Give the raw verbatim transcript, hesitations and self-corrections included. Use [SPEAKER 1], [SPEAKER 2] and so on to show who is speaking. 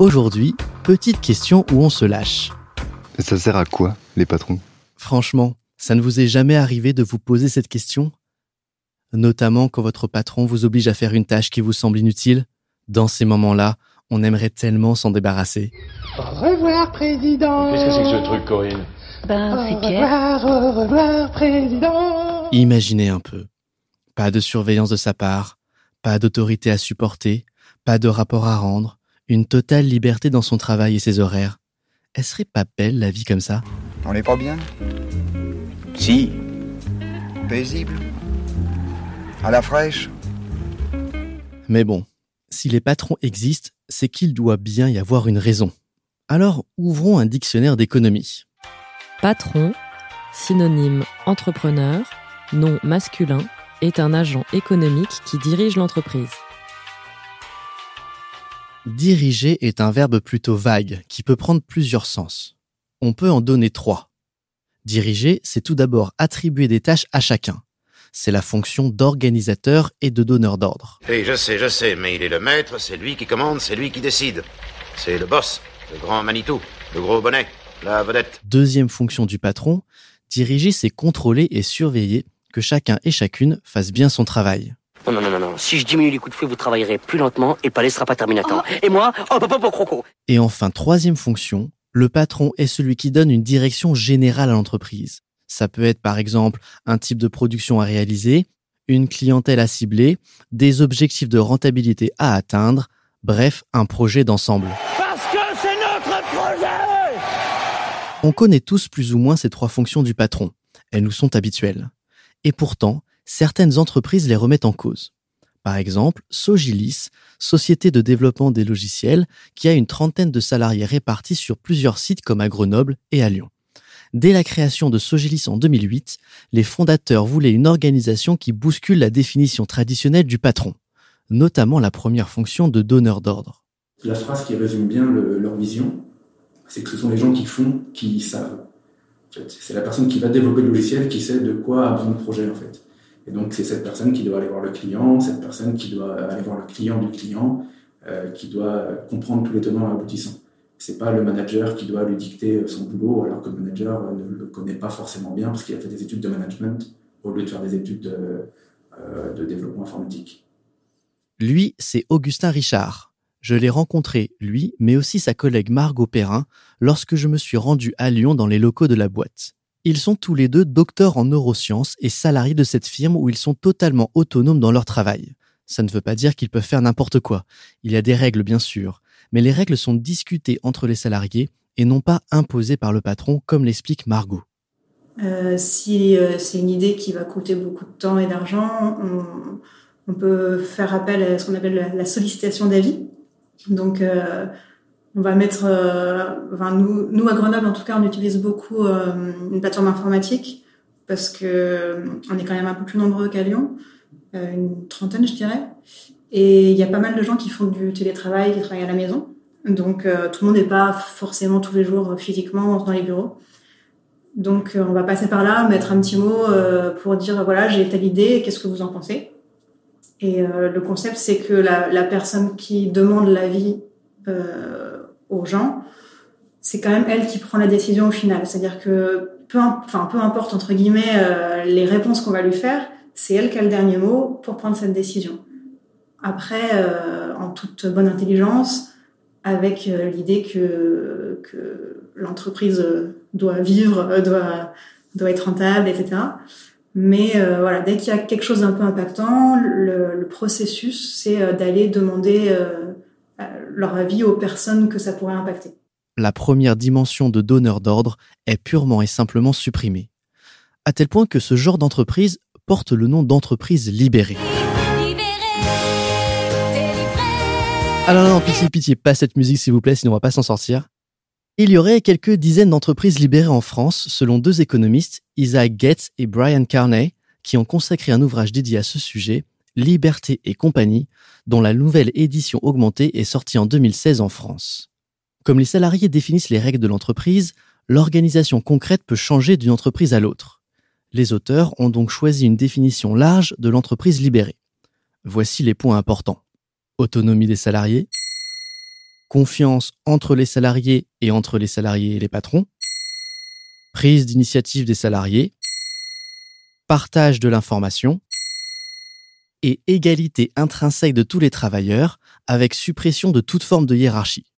[SPEAKER 1] Aujourd'hui, petite question où on se lâche.
[SPEAKER 2] Et ça sert à quoi, les patrons ?
[SPEAKER 1] Franchement, ça ne vous est jamais arrivé de vous poser cette question ? Notamment quand votre patron vous oblige à faire une tâche qui vous semble inutile. Dans ces moments-là, on aimerait tellement s'en débarrasser.
[SPEAKER 3] Au revoir, président.
[SPEAKER 4] Qu'est-ce que c'est que ce truc, Corinne ?
[SPEAKER 5] Ben,
[SPEAKER 3] Au
[SPEAKER 5] c'est Pierre.
[SPEAKER 3] revoir, au revoir, président.
[SPEAKER 1] Imaginez un peu. Pas de surveillance de sa part, pas d'autorité à supporter, pas de rapport à rendre, une totale liberté dans son travail et ses horaires. Elle serait pas belle la vie comme ça ?
[SPEAKER 6] On n'est pas bien ?
[SPEAKER 4] Si.
[SPEAKER 6] Paisible ? À la fraîche ?
[SPEAKER 1] Mais bon, si les patrons existent, c'est qu'il doit bien y avoir une raison. Alors, ouvrons un dictionnaire d'économie.
[SPEAKER 5] Patron, synonyme entrepreneur, nom masculin, est un agent économique qui dirige l'entreprise.
[SPEAKER 1] Diriger est un verbe plutôt vague qui peut prendre plusieurs sens. On peut en donner trois. Diriger, c'est tout d'abord attribuer des tâches à chacun. C'est la fonction d'organisateur et de donneur d'ordre.
[SPEAKER 7] Oui, je sais, je sais, mais il est le maître, c'est lui qui commande, c'est lui qui décide. C'est le boss, le grand Manitou, le gros bonnet, la vedette.
[SPEAKER 1] Deuxième fonction du patron, diriger, c'est contrôler et surveiller que chacun et chacune fasse bien son travail.
[SPEAKER 8] Non, non, non, non, non. Si je diminue les coups de fouet, vous travaillerez plus lentement et le palais sera pas terminé à temps. Et moi, oh, papa, papa, croco.
[SPEAKER 1] Et enfin, troisième fonction, le patron est celui qui donne une direction générale à l'entreprise. Ça peut être par exemple un type de production à réaliser, une clientèle à cibler, des objectifs de rentabilité à atteindre, bref, un projet d'ensemble.
[SPEAKER 3] Parce que c'est notre projet.
[SPEAKER 1] On connaît tous plus ou moins ces trois fonctions du patron. Elles nous sont habituelles. Et pourtant, certaines entreprises les remettent en cause. Par exemple, Sogilis, société de développement des logiciels, qui a une trentaine de salariés répartis sur plusieurs sites comme à Grenoble et à Lyon. Dès la création de Sogilis en deux mille huit, les fondateurs voulaient une organisation qui bouscule la définition traditionnelle du patron, notamment la première fonction de donneur d'ordre.
[SPEAKER 9] La phrase qui résume bien le, leur vision, c'est que ce sont les gens qui font, qui savent. En fait, c'est la personne qui va développer le logiciel qui sait de quoi a besoin le projet, en fait. Et donc, c'est cette personne qui doit aller voir le client, cette personne qui doit aller voir le client du client, euh, qui doit comprendre tous les tenants et aboutissants. C'est pas le manager qui doit lui dicter son boulot, alors que le manager ne le connaît pas forcément bien parce qu'il a fait des études de management au lieu de faire des études de, euh, de développement informatique.
[SPEAKER 1] Lui, c'est Augustin Richard. Je l'ai rencontré, lui, mais aussi sa collègue Margot Perrin, lorsque je me suis rendu à Lyon dans les locaux de la boîte. Ils sont tous les deux docteurs en neurosciences et salariés de cette firme où ils sont totalement autonomes dans leur travail. Ça ne veut pas dire qu'ils peuvent faire n'importe quoi. Il y a des règles, bien sûr, mais les règles sont discutées entre les salariés et non pas imposées par le patron, comme l'explique Margot.
[SPEAKER 10] Euh, si euh, c'est une idée qui va coûter beaucoup de temps et d'argent, on, on peut faire appel à ce qu'on appelle la, la sollicitation d'avis. Donc, euh, on va mettre, euh, enfin, nous, nous à Grenoble en tout cas, on utilise beaucoup euh, une plateforme informatique parce que euh, on est quand même un peu plus nombreux qu'à Lyon, euh, une trentaine je dirais, et il y a pas mal de gens qui font du télétravail, qui travaillent à la maison, donc euh, tout le monde n'est pas forcément tous les jours physiquement dans les bureaux. Donc euh, on va passer par là, mettre un petit mot euh, pour dire voilà j'ai telle idée, qu'est-ce que vous en pensez ? Et euh, le concept c'est que la, la personne qui demande l'avis euh, aux gens, c'est quand même elle qui prend la décision au final. C'est-à-dire que peu, enfin, peu importe, entre guillemets, euh, les réponses qu'on va lui faire, c'est elle qui a le dernier mot pour prendre cette décision. Après, euh, en toute bonne intelligence, avec euh, l'idée que, que l'entreprise doit vivre, doit, doit être rentable, et cetera. Mais euh, voilà, dès qu'il y a quelque chose d'un peu impactant, le, le processus, c'est euh, d'aller demander euh, leur avis aux personnes que ça pourrait impacter.
[SPEAKER 1] La première dimension de donneur d'ordre est purement et simplement supprimée. À tel point que ce genre d'entreprise porte le nom d'entreprise libérée. Ah non, non, pitié, pitié, pas cette musique s'il vous plaît, sinon on va pas s'en sortir. Il y aurait quelques dizaines d'entreprises libérées en France, selon deux économistes, Isaac Getz et Brian Carney, qui ont consacré un ouvrage dédié à ce sujet, Liberté et compagnie, dont la nouvelle édition augmentée est sortie en deux mille seize en France. Comme les salariés définissent les règles de l'entreprise, l'organisation concrète peut changer d'une entreprise à l'autre. Les auteurs ont donc choisi une définition large de l'entreprise libérée. Voici les points importants. Autonomie des salariés, confiance entre les salariés et entre les salariés et les patrons, prise d'initiative des salariés, partage de l'information et égalité intrinsèque de tous les travailleurs avec suppression de toute forme de hiérarchie.